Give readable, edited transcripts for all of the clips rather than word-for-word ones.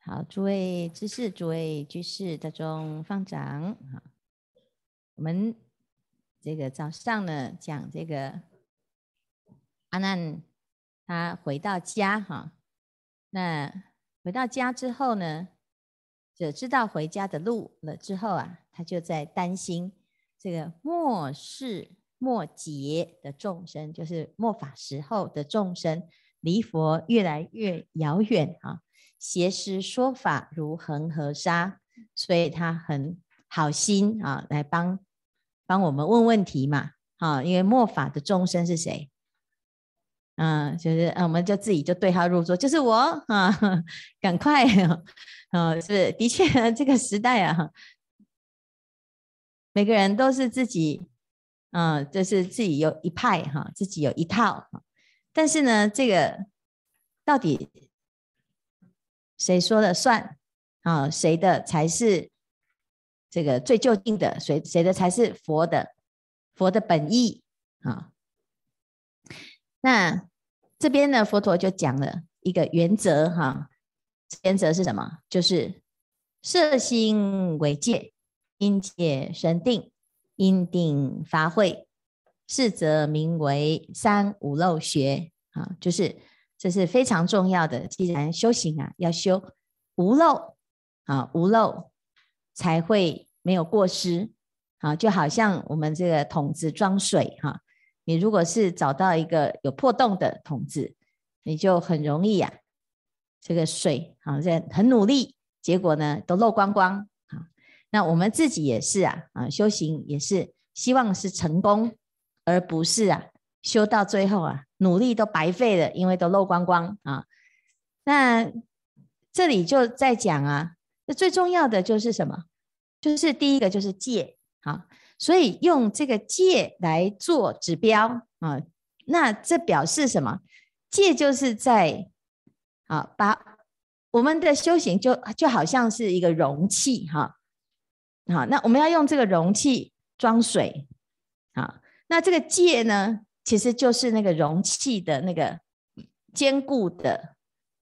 好，诸位知士、诸位居士、大众放掌。我们这个早上呢讲这个阿难他回到家哈，那回到家之后呢，就知道回家的路了之后啊，他就在担心这个末世末劫的众生，就是末法时候的众生，离佛越来越遥远啊。邪师说法如恒河沙，所以他很好心啊，来帮我们问问题嘛。啊，因为末法的众生是谁？就是我们就自己就对号入座，就是我啊，赶快是的确这个时代啊，每个人都是自己，就是自己有一派哈，自己有一套。但是呢，这个到底谁说了算啊？谁的才是这个最究竟的？谁的才是佛的本意啊？那这边呢，佛陀就讲了一个原则哈。原则是什么？就是摄心为戒，因戒生定，因定发慧，是则名为三无漏学啊。就是这是非常重要的。既然修行啊，要修无漏啊，无漏才会没有过失啊。就好像我们这个桶子装水哈，你如果是找到一个有破洞的桶子，你就很容易这个水很努力，结果呢都漏光光啊。那我们自己也是修行也是希望是成功，而不是修到最后努力都白费了，因为都漏光光啊。那这里就在讲那最重要的就是什么？就是第一个就是戒啊，所以用这个戒来做指标啊。那这表示什么？戒就是在把我们的修行就好像是一个容器哈。好，那我们要用这个容器装水。好，那这个戒呢，其实就是那个容器的那个坚固的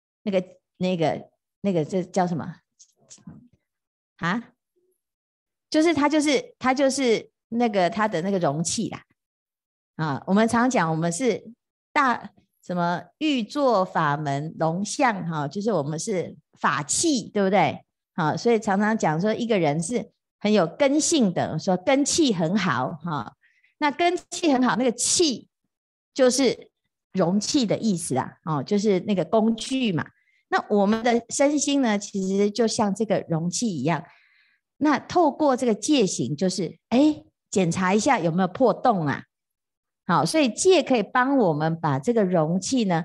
那个这叫什么就是它就是那个它的那个容器啦。我们常讲我们是什么欲作法门龙象就是我们是法器，对不对？所以常常讲说一个人是很有根性的，说根气很好那根气很好，那个气就是容器的意思就是那个工具嘛。那我们的身心呢，其实就像这个容器一样。那透过这个戒行，就是检查一下有没有破洞好，所以戒可以帮我们把这个容器呢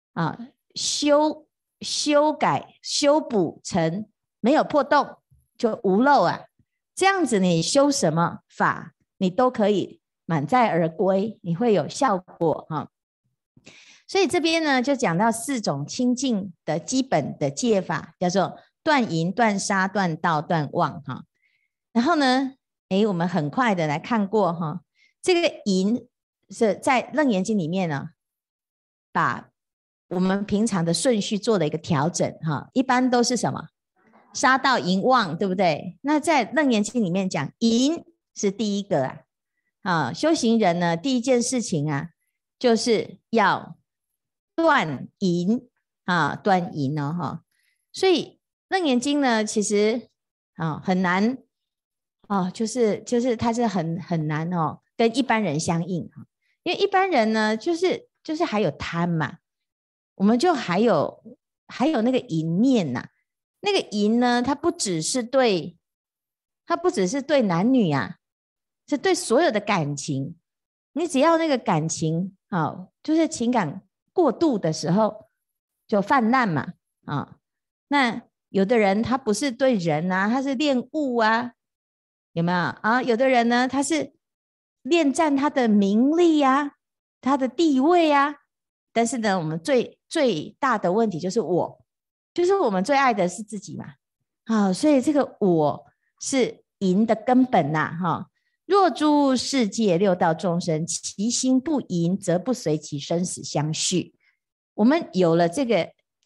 修改修补成没有破洞，就无漏这样子你修什么法你都可以满载而归，你会有效果所以这边呢就讲到4种清净的基本的戒法，叫做断淫、断杀、断盗、断妄然后呢我们很快的来看过这个淫是在楞严经里面呢把我们平常的顺序做了一个调整一般都是什么杀盗淫妄，对不对？那在楞严经里面讲淫是第一个修行人呢第一件事情就是要断淫断淫所以楞严经呢其实很难就是它是很难跟一般人相应因为一般人呢就是还有贪嘛，我们就还有那个淫念那个淫呢它不只是对男女是对所有的感情。你只要那个感情就是情感过度的时候就泛滥嘛那有的人他不是对人他是恋物有没有有的人呢他是恋占他的名利他的地位但是呢我们最大的问题就是我们最爱的是自己嘛所以这个我是淫的根本若诸世界六道众生其心不淫，则不随其生死相续。我们有了这个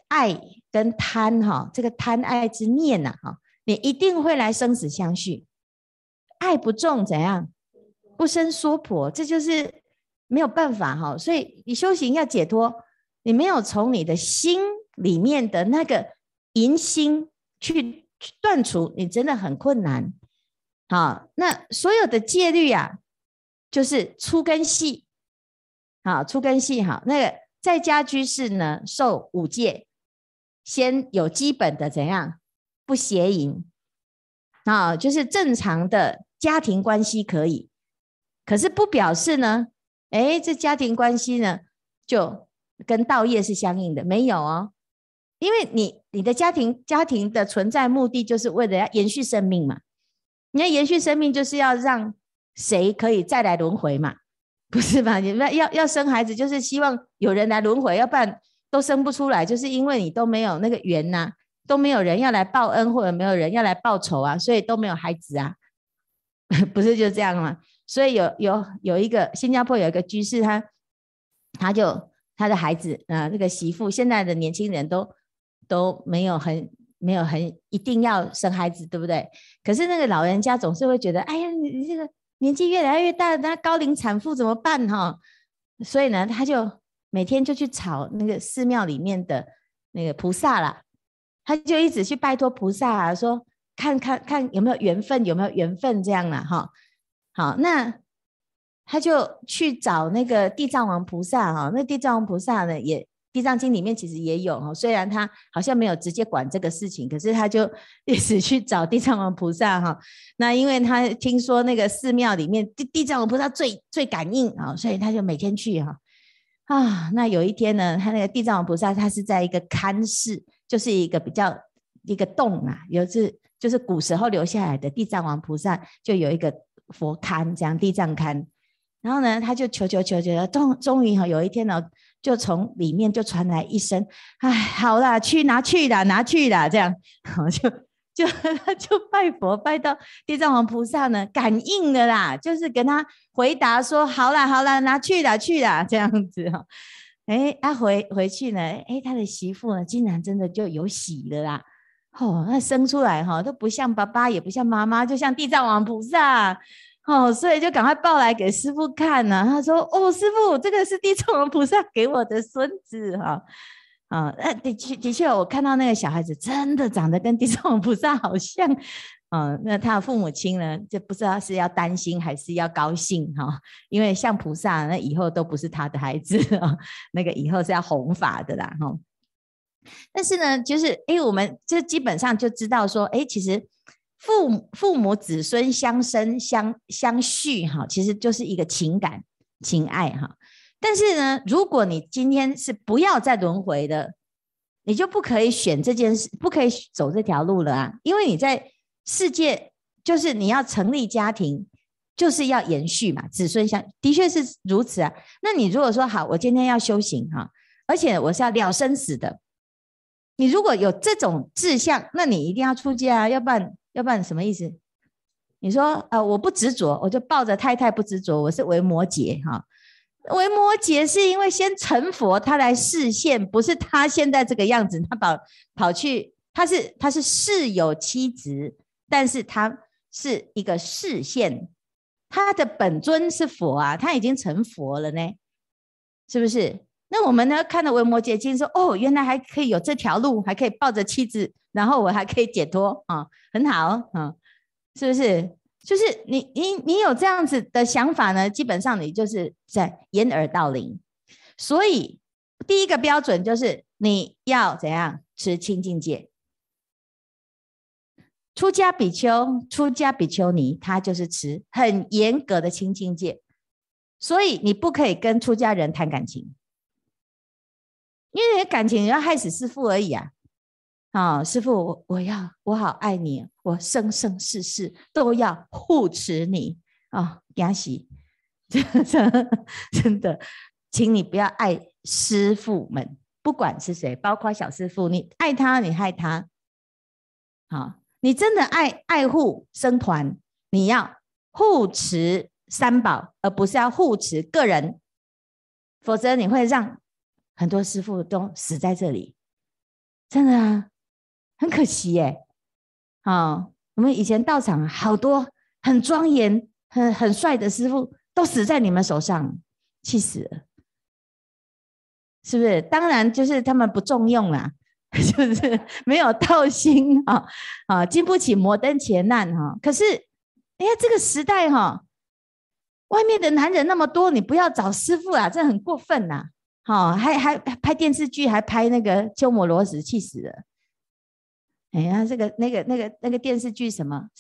爱跟贪哈，这个贪爱之念呐哈，你一定会来生死相续。爱不重怎样？不生娑婆，这就是没有办法哈。所以你修行要解脱，你没有从你的心里面的那个淫心去断除，你真的很困难。好，那所有的戒律啊，就是粗跟细。好，粗跟细好，那个在家居士呢，受五戒，先有基本的怎样不邪淫啊，就是正常的家庭关系可以，可是不表示呢，这家庭关系呢就跟道业是相应的，没有哦，因为你的家庭的存在目的就是为了要延续生命嘛，你要延续生命就是要让谁可以再来轮回嘛。不是吧？你们要生孩子，就是希望有人来轮回，要不然都生不出来，就是因为你都没有那个缘呐，都没有人要来报恩，或者没有人要来报仇啊，所以都没有孩子啊，不是就这样吗？所以有一个新加坡有一个居士，他的孩子那个媳妇，现在的年轻人都没有很一定要生孩子，对不对？可是那个老人家总是会觉得，哎呀，你这个年纪越来越大，那高龄产妇怎么办哈？所以呢，他就每天就去吵那个寺庙里面的那个菩萨啦，他就一直去拜托菩萨啊，说看有没有缘分，有没有缘分这样啦哈。好，那他就去找那个地藏王菩萨哈，那地藏王菩萨呢也。地藏经里面其实也有，虽然他好像没有直接管这个事情，可是他就一直去找地藏王菩萨哈。那因为他听说那个寺庙里面地藏王菩萨最感应啊，所以他就每天去哈。那有一天呢，他那个地藏王菩萨他是在一个龛室，就是一个比较一个洞啊，就是古时候留下来的地藏王菩萨就有一个佛龛这样地藏龛。然后呢，他就求，终于有一天呢，就从里面就传来一声：“哎，好啦，拿去啦！”这样，就拜佛拜到地藏王菩萨呢，感应了啦，就是跟他回答说：“好啦，拿去啦，这样子哈。”回去呢，他的媳妇呢，竟然真的就有喜了啦。那生出来都不像爸爸，也不像妈妈，就像地藏王菩萨。所以就赶快抱来给师父看啊。他说：“哦，师父，这个是地藏王菩萨给我的孙子哈。”的确，我看到那个小孩子真的长得跟地藏王菩萨好像。那他的父母亲呢，就不知道是要担心还是要高兴哈，因为像菩萨，那以后都不是他的孩子那个以后是要弘法的啦哈。但是呢，就是我们就基本上就知道说，其实。父母子孙相生相续哈，其实就是一个情感情爱哈。但是呢，如果你今天是不要再轮回的，你就不可以选这件事，不可以走这条路了啊！因为你在世界，就是你要成立家庭，就是要延续嘛，子孙相，的确是如此啊。那你如果说好，我今天要修行哈，而且我是要了生死的，你如果有这种志向，那你一定要出家啊，要不然什么意思？你说我不执着，我就抱着太太不执着，我是维摩诘哈。维摩诘是因为先成佛，他来示现，不是他现在这个样子。他跑去，他是世有妻子，但是他是一个示现，他的本尊是佛啊，他已经成佛了呢，是不是？那我们呢看了维摩诘经说，原来还可以有这条路，还可以抱着妻子，然后我还可以解脱啊，很好啊，是不是？就是你有这样子的想法呢，基本上你就是在掩耳盗铃。所以第一个标准就是你要怎样持清净戒。出家比丘、出家比丘尼，他就是持很严格的清净戒，所以你不可以跟出家人谈感情。因为感情要害死师父而已啊！师父，我好爱你，我生生世世都要护持你啊！恭喜，真的，请你不要爱师父们，不管是谁，包括小师父，你爱他，你害他，你真的爱护僧团，你要护持三宝，而不是要护持个人，否则你会让很多师父都死在这里。 真的啊，很可惜耶。我们以前道场好多很庄严、很帅的师父都死在你们手上，气死了，是不是？当然就是他们不重用啦，就是没有道心经不起摩登前难可是，哎呀，这个时代外面的男人那么多，你不要找师父啊，这很过分呐！还拍电视剧，还拍那个鸠摩罗什，气死了。哎呀，这个那个电视剧什么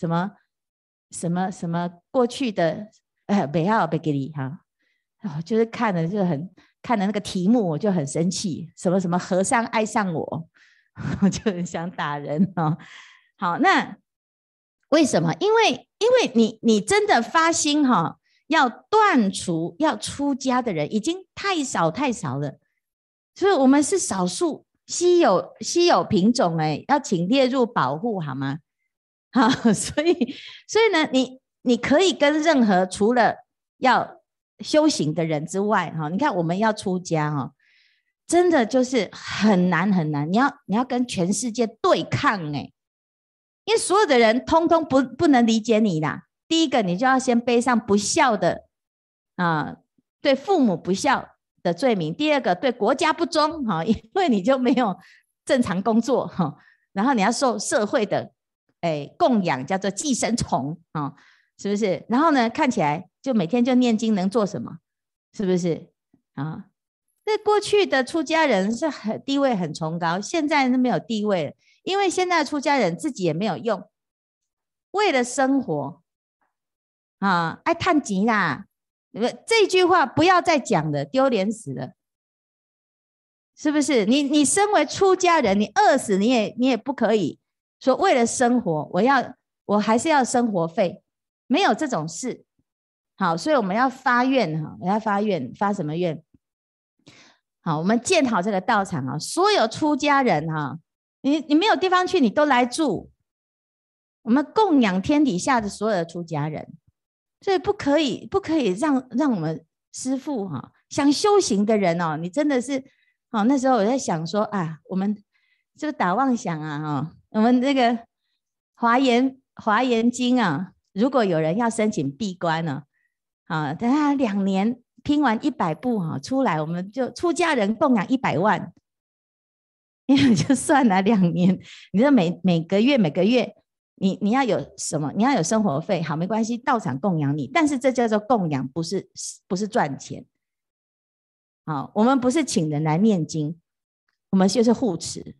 过去的北奥贝给里就是看了那个题目我就很生气，什么什么和尚爱上我，我就很想打人好，那为什么？因为你真的发心要断除要出家的人已经太少了，所以我们是少数稀有品种要请列入保护好吗？所以呢，你可以跟任何除了要修行的人之外你看我们要出家真的就是很难，你要跟全世界对抗因为所有的人通通不能理解你啦。第一个，你就要先背上不孝的对父母不孝的罪名；第二个，对国家不忠因为你就没有正常工作然后你要受社会的供养，叫做寄生虫是不是？然后呢，看起来就每天就念经，能做什么？是不是那过去的出家人是地位很崇高，现在是没有地位了，因为现在出家人自己也没有用，为了生活爱赚钱啦，这句话不要再讲了，丢脸死了，是不是？你身为出家人，你饿死你也不可以说为了生活，我还是要生活费，没有这种事。好，所以我们要发愿发什么愿？好，我们建好这个道场所有出家人你没有地方去，你都来住，我们供养天底下的所有的出家人。所以不可以让我们师父想修行的人你真的是那时候我在想说我们就打妄想我们那个华严经如果有人要申请闭关等他2年拼完100部出来，我们就出家人供养100万，因为就算了2年，你说每个月你要有什么？你要有生活费，好，没关系，道场供养你，但是这叫做供养，不是赚钱。好，我们不是请人来念经，我们就是护持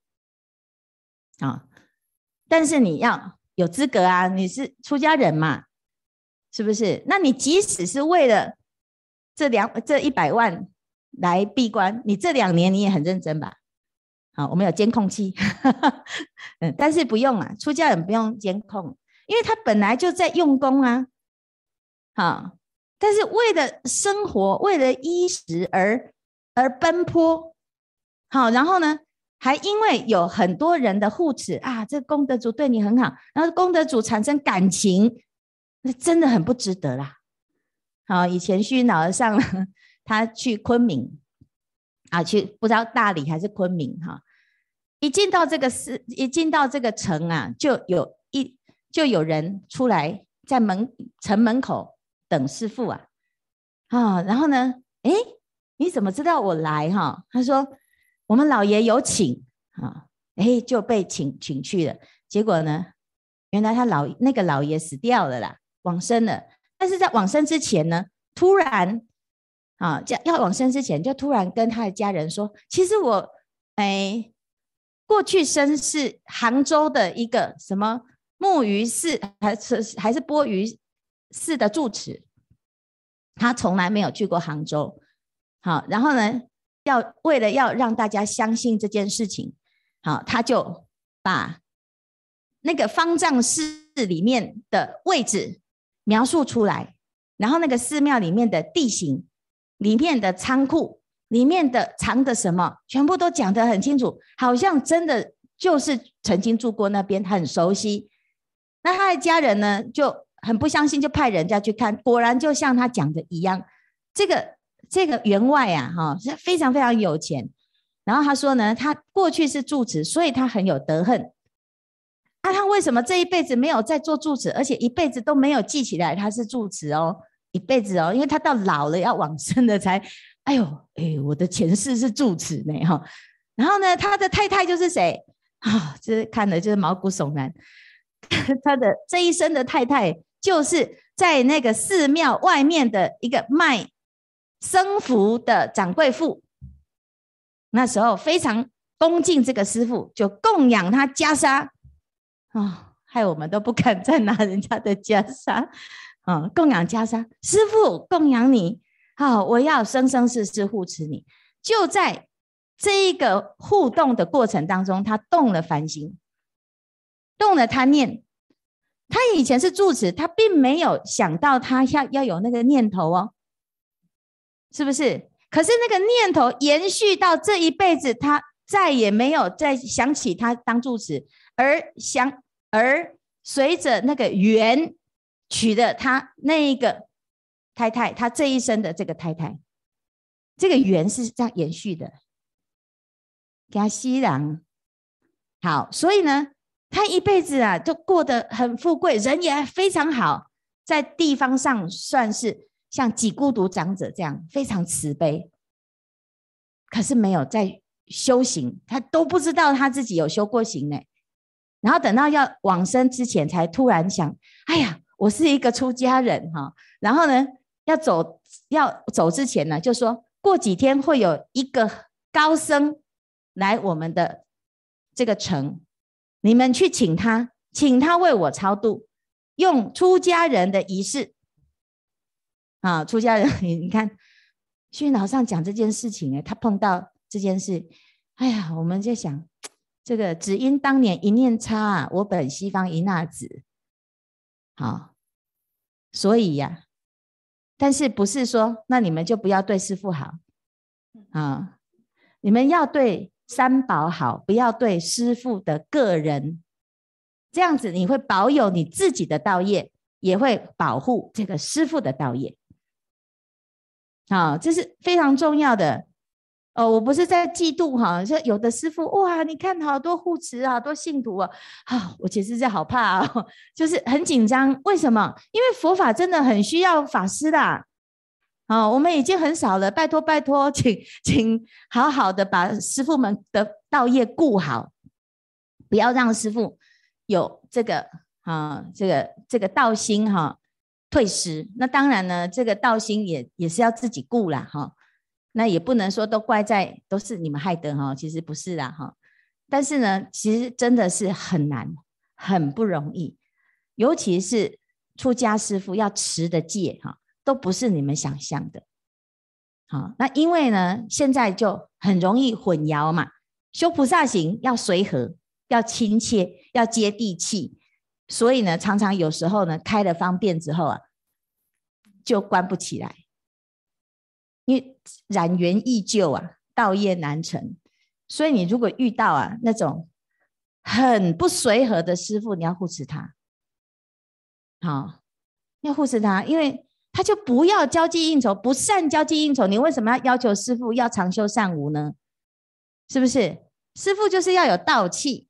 但是你要有资格你是出家人嘛，是不是？那你即使是为了这100万来闭关，你这2年你也很认真吧？好，我们有监控器但是不用出家人不用监控，因为他本来就在用功好，但是为了生活，为了衣食而奔波好，然后呢还因为有很多人的护持这功德主对你很好，然后功德主产生感情，那真的很不值得啦。好，以前虚云老和尚他去昆明去不知道大理还是昆明一进到这个城就有人出来在城门口等师父然后呢你怎么知道我来他说我们老爷有请就被请去了。结果呢，原来那个老爷死掉了啦，往生了。但是在往生之前呢，突然要往生之前就突然跟他的家人说，其实我过去生是杭州的一个什么木鱼寺还是钵盂寺的住持，他从来没有去过杭州。好，然后呢为了要让大家相信这件事情，好，他就把那个方丈室里面的位置描述出来，然后那个寺庙里面的地形，里面的仓库，里面的藏的什么，全部都讲得很清楚，好像真的就是曾经住过那边，很熟悉。那他的家人呢就很不相信，就派人家去看，果然就像他讲的一样，这个员外是非常非常有钱。 然后他说呢，他过去是住持，所以他很有德行。他为什么这一辈子没有在做住持，而且一辈子都没有记起来他是住持哦，一辈子哦，因为他到老了要往生了才，哎呦，我的前世是住持呢哈。然后呢，他的太太就是谁啊？这看了就是毛骨悚然。他的这一生的太太就是在那个寺庙外面的一个卖僧服的掌柜妇，那时候非常恭敬这个师父，就供养他袈裟。害我们都不敢再拿人家的袈裟，供养袈裟，师父供养你，我要生生世世护持你。就在这一个互动的过程当中，他动了凡心，动了贪念。他以前是住持，他并没有想到他要有那个念头哦，是不是？可是那个念头延续到这一辈子，他再也没有再想起他当住持，而随着那个缘娶的他那一个太太，他这一生的这个太太，这个缘是这样延续的。给他吸人好，所以呢，他一辈子啊，就过得很富贵，人也非常好，在地方上算是像几孤独长者这样非常慈悲，可是没有在修行，他都不知道他自己有修过行呢。然后等到要往生之前，才突然想，哎呀，我是一个出家人哈。然后呢，要走之前呢，就说过几天会有一个高僧来我们的这个城，你们去请他为我超度，用出家人的仪式啊。出家人，你看虚云老上讲这件事情，他碰到这件事，哎呀，我们就想。这个只因当年一念差，我本西方一纳子。好，所以呀，但是不是说那你们就不要对师父好啊？你们要对三宝好，不要对师父的个人，这样子你会保有你自己的道业，也会保护这个师父的道业。好，这是非常重要的。我不是在嫉妒哈，说有的师父哇，你看好多护持好多信徒啊，我其实是好怕哦，就是很紧张。为什么？因为佛法真的很需要法师啦。我们已经很少了，拜托拜托，请好好的把师父们的道业顾好，不要让师父有这个这个道心退失。那当然呢，这个道心也是要自己顾啦哈。那也不能说都怪在都是你们害的哈，其实不是啦哈。但是呢，其实真的是很难，很不容易，尤其是出家师父要持的戒哈，都不是你们想象的。好，那因为呢，现在就很容易混淆嘛。修菩萨行要随和，要亲切，要接地气，所以呢，常常有时候呢，开了方便之后啊，就关不起来。因为染缘依旧啊，道业难成，所以你如果遇到那种很不随和的师父，你要护持他，好，要护持他，因为他就不要交际应酬，不善交际应酬，你为什么要求师父要常修善无呢？是不是？师父就是要有道气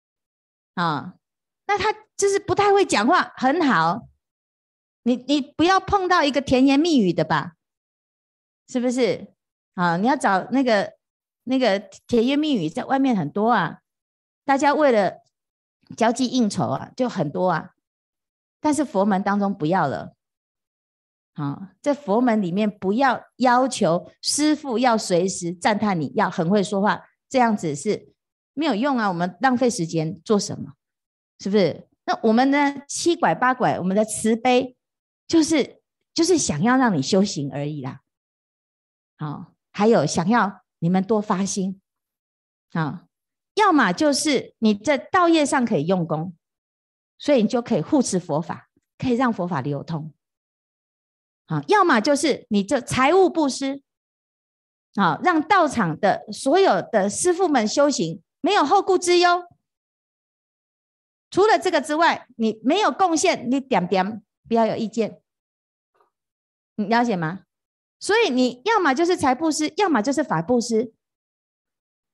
那他就是不太会讲话，很好，你不要碰到一个甜言蜜语的吧。是不是你要找那个甜言蜜语在外面很多啊，大家为了交际应酬就很多但是佛门当中不要了在佛门里面不要要求师父要随时赞叹你，要很会说话，这样子是没有用我们浪费时间做什么？是不是？那我们呢七拐八拐，我们的慈悲就是想要让你修行而已啦。还有想要你们多发心要么就是你在道业上可以用功，所以你就可以护持佛法，可以让佛法流通要么就是你就财物布施让道场的所有的师父们修行没有后顾之忧。除了这个之外，你没有贡献，你点点不要有意见，你了解吗？所以你要么就是财布施，要么就是法布施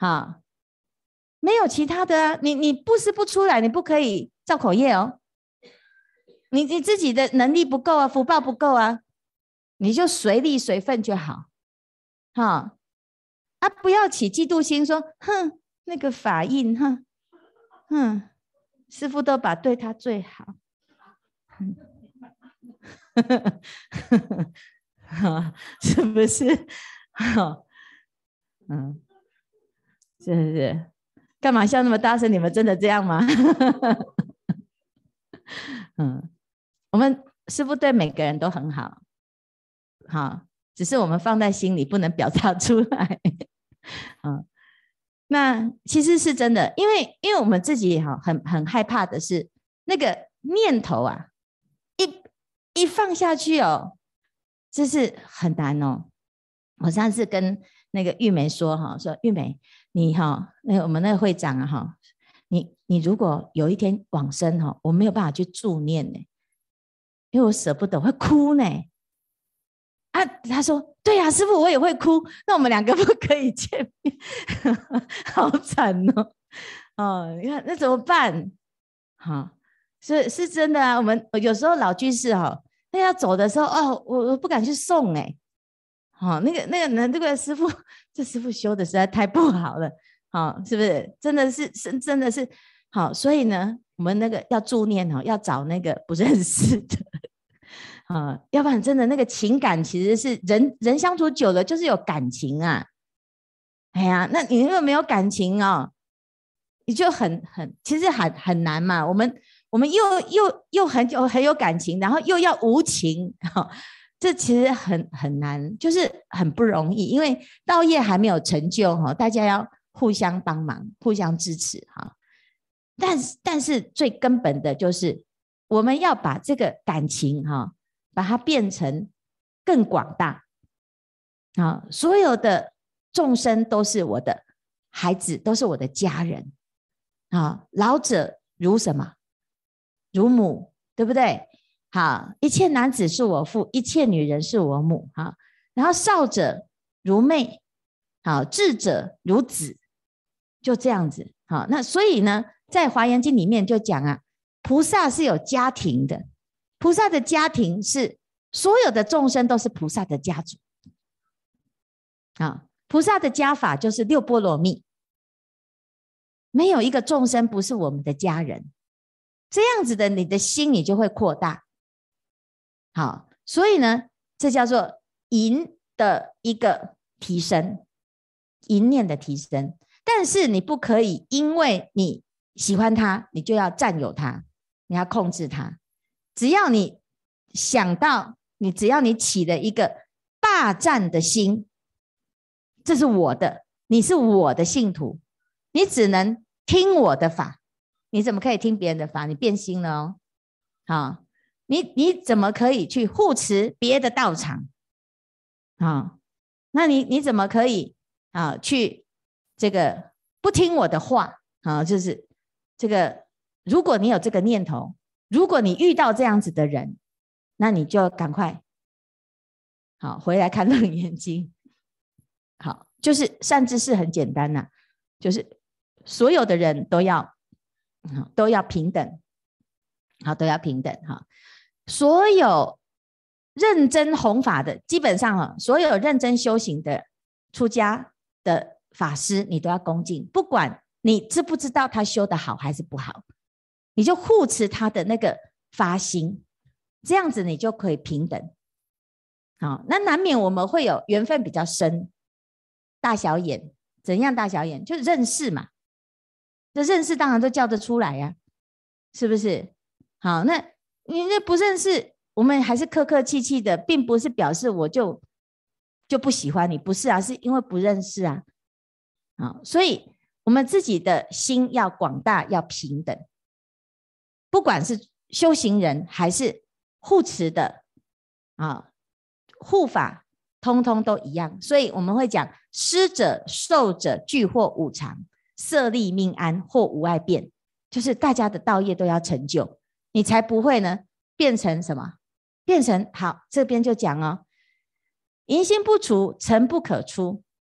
好，没有其他的啊，你布施不出来，你不可以造口业哦。你自己的能力不够啊，福报不够啊，你就随力随份就好。好啊，不要起嫉妒心，说哼那个法印，师父都把对他最好。是不是？是不是？干嘛笑那么大声？你们真的这样吗？我们师父对每个人都很好，只是我们放在心里，不能表达出来。那其实是真的，因为我们自己很害怕的是那个念头啊，一放下去哦，这是很难哦。我上次跟那个玉梅说说玉梅，你那个我们那个会长啊你如果有一天往生我没有办法去助念呢，因为我舍不得，会哭呢。他说对呀，师父我也会哭，那我们两个不可以见面。好惨哦。你看那怎么办？是真的啊。我们有时候老居士那要走的时候我不敢去送那个师父，这师父修的实在太不好了，是不是？真的是好，所以呢，我们那个要助念要找那个不认识的要不然真的那个情感其实是人相处久了就是有感情啊。哎呀，那你如果没有感情你就其实很难嘛。我们又很有感情，然后又要无情这其实很难，就是很不容易，因为道业还没有成就大家要互相帮忙，互相支持但是最根本的就是我们要把这个感情把它变成更广大所有的众生都是我的孩子，都是我的家人老者如什么？如母，对不对？好，一切男子是我父，一切女人是我母然后少者如妹，智者如子，就这样子那所以呢，在华严经里面就讲菩萨是有家庭的，菩萨的家庭是所有的众生都是菩萨的家族菩萨的家法就是六波罗蜜，没有一个众生不是我们的家人。这样子的你的心你就会扩大。好，所以呢，这叫做淫的一个提升，淫念的提升。但是你不可以因为你喜欢他，你就要占有他，你要控制他。只要你想到，只要你起了一个霸占的心，这是我的，你是我的信徒，你只能听我的法，你怎么可以听别人的法？你变心了你怎么可以去护持别的道场那你怎么可以去这个不听我的话就是这个，如果你有这个念头，如果你遇到这样子的人，那你就赶快回来看楞严经。好，就是善知识很简单就是所有的人都要平等都要平等所有认真弘法的，基本上所有认真修行的出家的法师你都要恭敬，不管你知不知道他修的好还是不好，你就护持他的那个发心，这样子你就可以平等那难免我们会有缘分比较深，大小眼。怎样大小眼？就认识嘛，这认识当然都叫得出来是不是？好，那你那不认识，我们还是客客气气的，并不是表示我就不喜欢你，不是是因为不认识所以我们自己的心要广大，要平等，不管是修行人还是护持的护法，通通都一样。所以我们会讲施者受者俱获无常，色力命安或无碍变，就是大家的道业都要成就，你才不会呢变成什么？变成好，这边就讲淫心不除，尘不可出。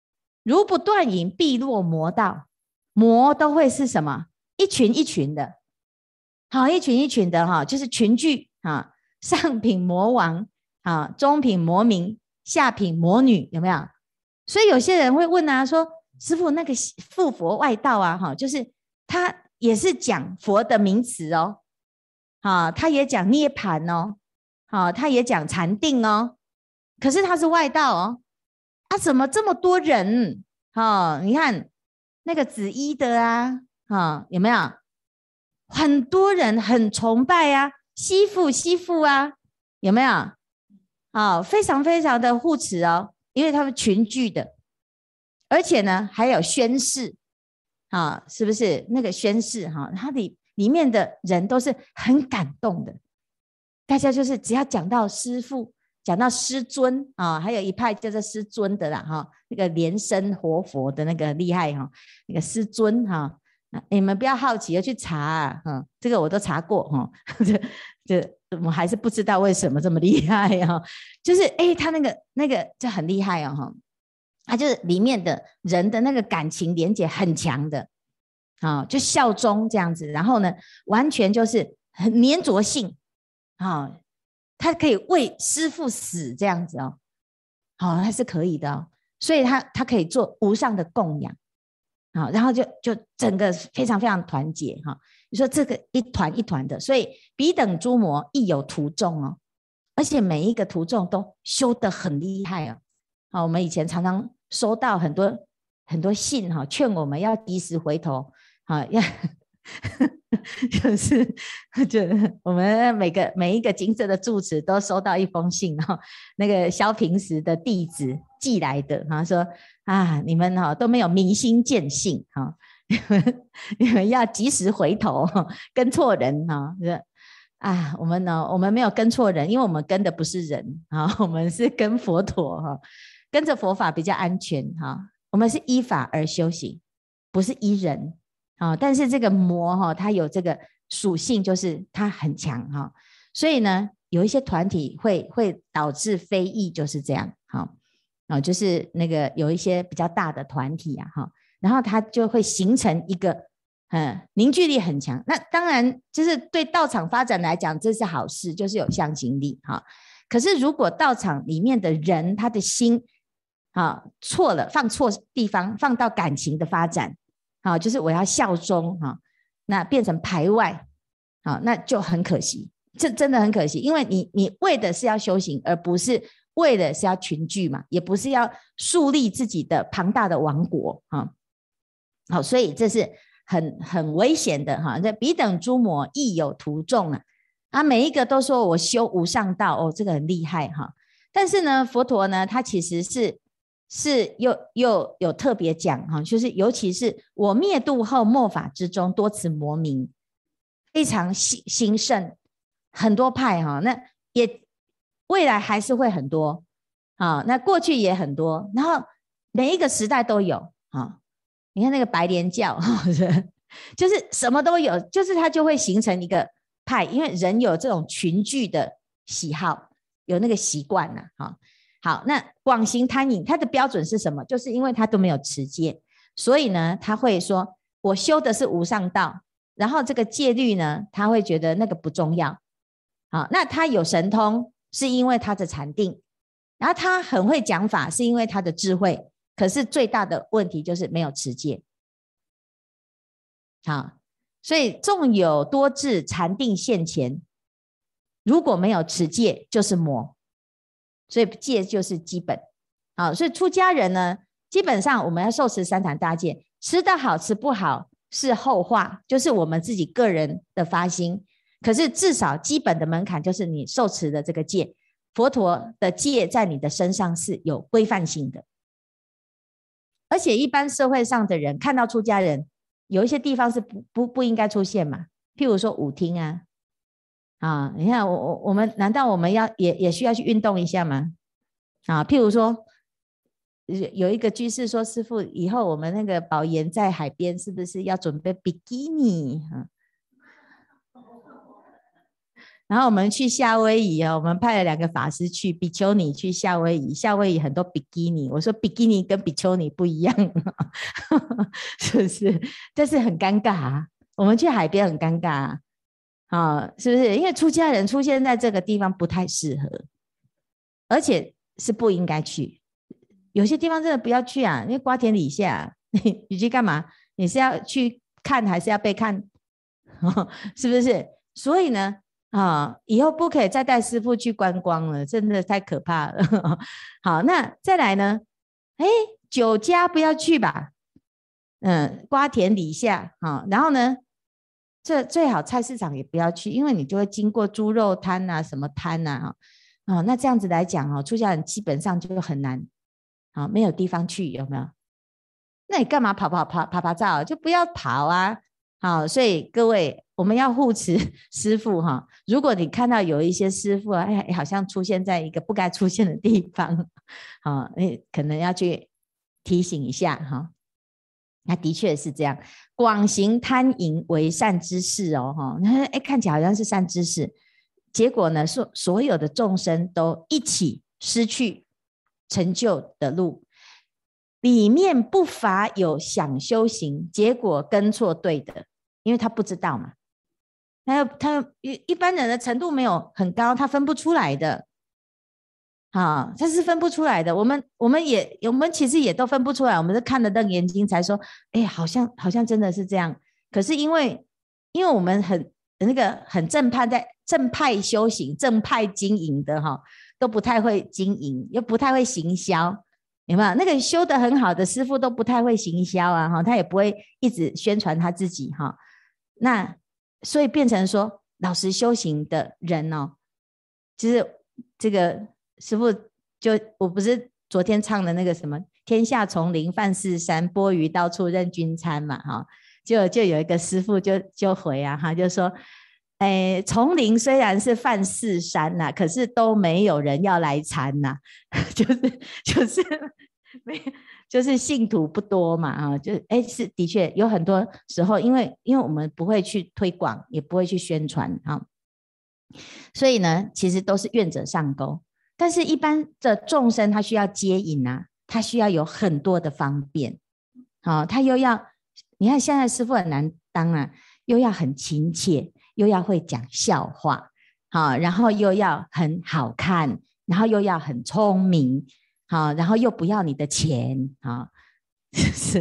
如不断引，必落魔道。魔都会是什么？一群一群的，好，一群一群的哈，就是群聚啊。上品魔王啊，中品魔民，下品魔女，有没有？所以有些人会问啊，说师父那个附佛外道啊，哈，就是他也是讲佛的名词哦，啊，他也讲涅槃哦，啊，他也讲禅定哦，可是他是外道哦，啊，怎么这么多人？哦，你看那个紫衣的啊，有没有？很多人很崇拜啊，西父啊，有没有？非常非常的护持哦，因为他们群聚的，而且呢还有宣誓是不是？那个宣誓它里面的人都是很感动的，大家就是只要讲到师父，讲到师尊还有一派叫做师尊的啦那个莲生活佛的那个厉害那个师尊你们不要好奇要去查这个我都查过我还是不知道为什么这么厉害就是他那个就很厉害他就是里面的人的那个感情连结很强的就效忠这样子，然后呢完全就是很粘着性他可以为师父死这样子他是可以的所以他可以做无上的供养然后就整个非常非常团结你说这个一团一团的，所以彼等诸魔亦有徒众而且每一个徒众都修得很厉害我们以前常常收到很多信劝我们要及时回头要就是我们每一个金色的住持都收到一封信那个萧平时的弟子寄来的说你们都没有明心见性你们要及时回头跟错人我们没有跟错人，因为我们跟的不是人我们是跟佛陀跟着佛法比较安全我们是依法而修行，不是依人但是这个魔它有这个属性，就是它很强所以呢有一些团体会导致非议，就是这样就是那个有一些比较大的团体然后它就会形成一个凝聚力很强。那当然就是对道场发展来讲这是好事，就是有向心力可是如果道场里面的人他的心错了，放错地方，放到感情的发展就是我要效忠那变成排外那就很可惜，这真的很可惜，因为你为的是要修行，而不是为的是要群聚嘛，也不是要树立自己的庞大的王国好，所以这是很危险的这彼等诸魔亦有徒众每一个都说我修无上道这个很厉害但是呢佛陀呢他其实是又有特别讲就是尤其是我灭度后末法之中多此魔名，非常兴盛，很多派那也未来还是会很多那过去也很多，然后每一个时代都有你看那个白莲教就是什么都有，就是它就会形成一个派，因为人有这种群聚的喜好，有那个习惯好，那广行贪淫它的标准是什么？就是因为它都没有持戒，所以呢他会说我修的是无上道，然后这个戒律呢他会觉得那个不重要那他有神通是因为他的禅定，然后他很会讲法是因为他的智慧，可是最大的问题就是没有持戒所以纵有多智禅定现前，如果没有持戒就是魔，所以戒就是基本所以出家人呢基本上我们要受持三坛大戒，吃得好吃不好是后话，就是我们自己个人的发心，可是至少基本的门槛就是你受持的这个戒，佛陀的戒在你的身上是有规范性的。而且一般社会上的人看到出家人有一些地方是不应该出现嘛，譬如说舞厅你看我们难道我们也需要去运动一下吗譬如说有一个居士说师父以后我们那个保研在海边是不是要准备比基尼然后我们去夏威夷我们派了2个法师去比丘尼去夏威夷，夏威夷很多比基尼，我说比基尼跟比丘尼不一样是不是？但是很尴尬啊，我们去海边很尴尬是不是？因为出家人出现在这个地方不太适合，而且是不应该去，有些地方真的不要去啊，因为瓜田李下你去干嘛？你是要去看还是要被看是不是？所以呢以后不可以再带师父去观光了，真的太可怕了好，那再来呢，酒家不要去吧，瓜田李下然后呢，这最好菜市场也不要去，因为你就会经过猪肉摊啊什么摊啊那这样子来讲出家人基本上就很难没有地方去，有没有？那你干嘛爬照？就不要跑啊好，所以各位我们要护持师父如果你看到有一些师父好像出现在一个不该出现的地方可能要去提醒一下那的确是这样，广行贪淫为善之事看起来好像是善之事，结果呢所有的众生都一起失去成就的路，里面不乏有想修行结果跟错对的，因为他不知道嘛，他一般人的程度没有很高，他分不出来的他是分不出来的，我们其实也都分不出来，我们是看了瞪眼睛才说好像真的是这样，可是因为我们很正派修行正派经营的都不太会经营，又不太会行销，有没有？那个修得很好的师父都不太会行销他也不会一直宣传他自己那所以变成说老实修行的人就是这个师父我不是昨天唱的那个什么天下丛林饭是山，拨鱼到处任君餐嘛就有一个师父就回就说丛林虽然是饭是山可是都没有人要来参就是信徒不多嘛是的确有很多时候因为我们不会去推广也不会去宣传所以呢其实都是愿者上钩，但是一般的众生他需要接引他需要有很多的方便他又要你看现在师父很难当又要很亲切，又要会讲笑话然后又要很好看，然后又要很聪明然后又不要你的钱是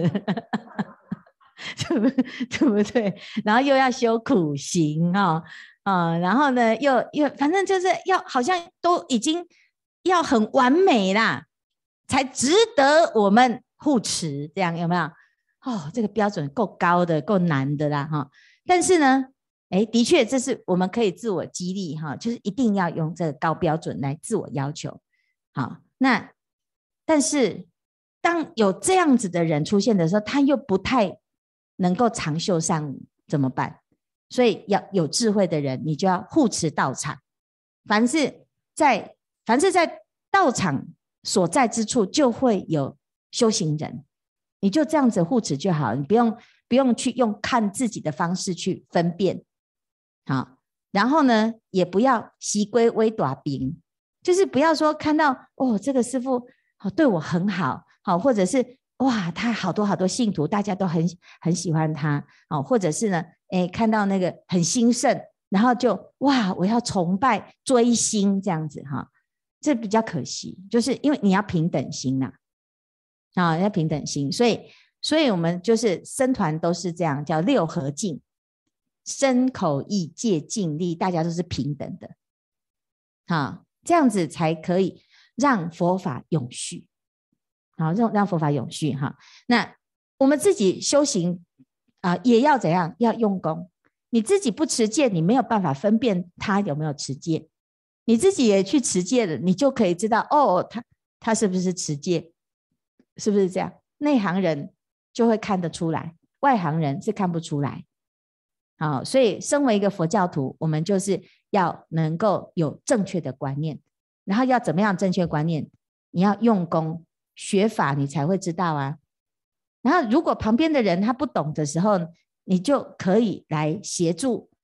对不对？然后又要修苦行然后呢又反正就是要好像都已经要很完美啦，才值得我们护持，这样有没有？这个标准够高的，够难的啦但是呢的确这是我们可以自我激励就是一定要用这个高标准来自我要求那但是当有这样子的人出现的时候，他又不太能够长袖善舞，怎么办？所以要有智慧的人，你就要护持道场，凡是在道场所在之处就会有修行人，你就这样子护持就好，你不用去用看自己的方式去分辨然后呢也不要习归微大兵，就是不要说看到这个师父对我很好或者是哇他好多信徒大家都很喜欢他或者是呢看到那个很兴盛，然后就哇我要崇拜追星这样子这比较可惜，就是因为你要平等心要平等心，所以我们就是僧团都是这样，叫六合敬，身口意戒净力大家都是平等的这样子才可以让佛法永续让佛法永续那我们自己修行也要怎样？要用功，你自己不持戒你没有办法分辨他有没有持戒，你自己也去持戒了，你就可以知道他是不是持戒，是不是这样？内行人就会看得出来，外行人是看不出来所以身为一个佛教徒，我们就是要能够有正确的观念，然后要怎么样正确观念？你要用功学法你才会知道然后如果旁边的人他不懂的时候，你就可以来协助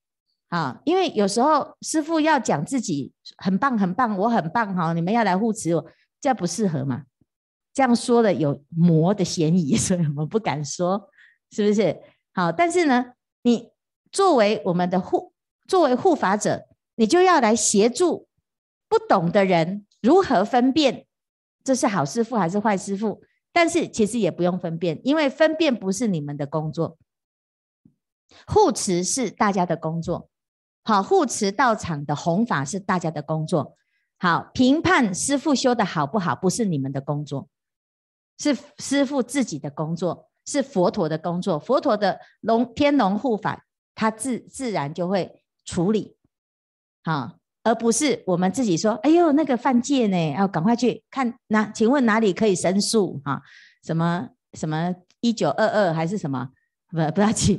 因为有时候师父要讲自己很棒很棒，我很棒，你们要来护持我，这样不适合嘛？这样说的有魔的嫌疑，所以我们不敢说，是不是？好，但是呢，你作为我们的作为护法者，你就要来协助不懂的人如何分辨这是好师父还是坏师父。但是其实也不用分辨，因为分辨不是你们的工作，护持是大家的工作。好，护持道场的弘法是大家的工作。好，评判师父修的好不好不是你们的工作，是师父自己的工作，是佛陀的工作。佛陀的天龙护法他自然就会处理。好，而不是我们自己说哎呦那个犯戒呢，要赶快去看请问哪里可以申诉什么1922还是什么，不要紧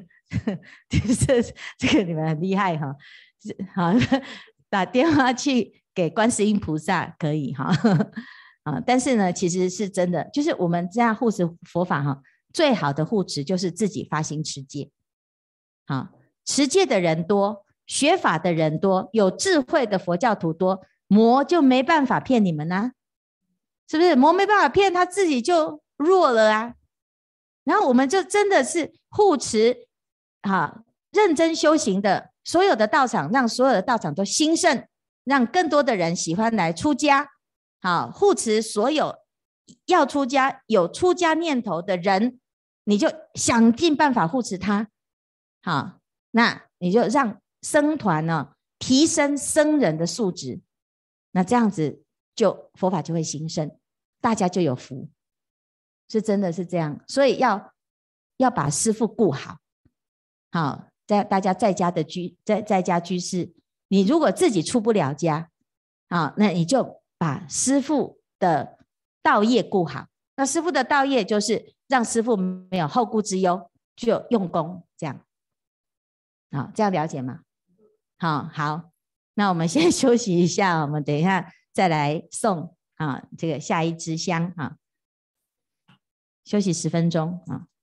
这个你们很厉害好，打电话去给观世音菩萨可以但是呢其实是真的，就是我们这样护持佛法最好的护持就是自己发心持戒。持戒的人多，学法的人多，有智慧的佛教徒多，魔就没办法骗你们啊，是不是？魔没办法骗，他自己就弱了啊。然后我们就真的是护持认真修行的所有的道场，让所有的道场都兴盛，让更多的人喜欢来出家。护持所有要出家有出家念头的人，你就想尽办法护持他。那你就让僧团提升僧人的素质，那这样子就佛法就会兴盛，大家就有福，是真的是这样。所以要把师父顾好。大家在家居士，你如果自己出不了家那你就把师父的道业顾好。那师父的道业就是让师父没有后顾之忧，就用功这样。这样了解吗？好，那我们先休息一下，我们等一下再来送这个下一支香休息10分钟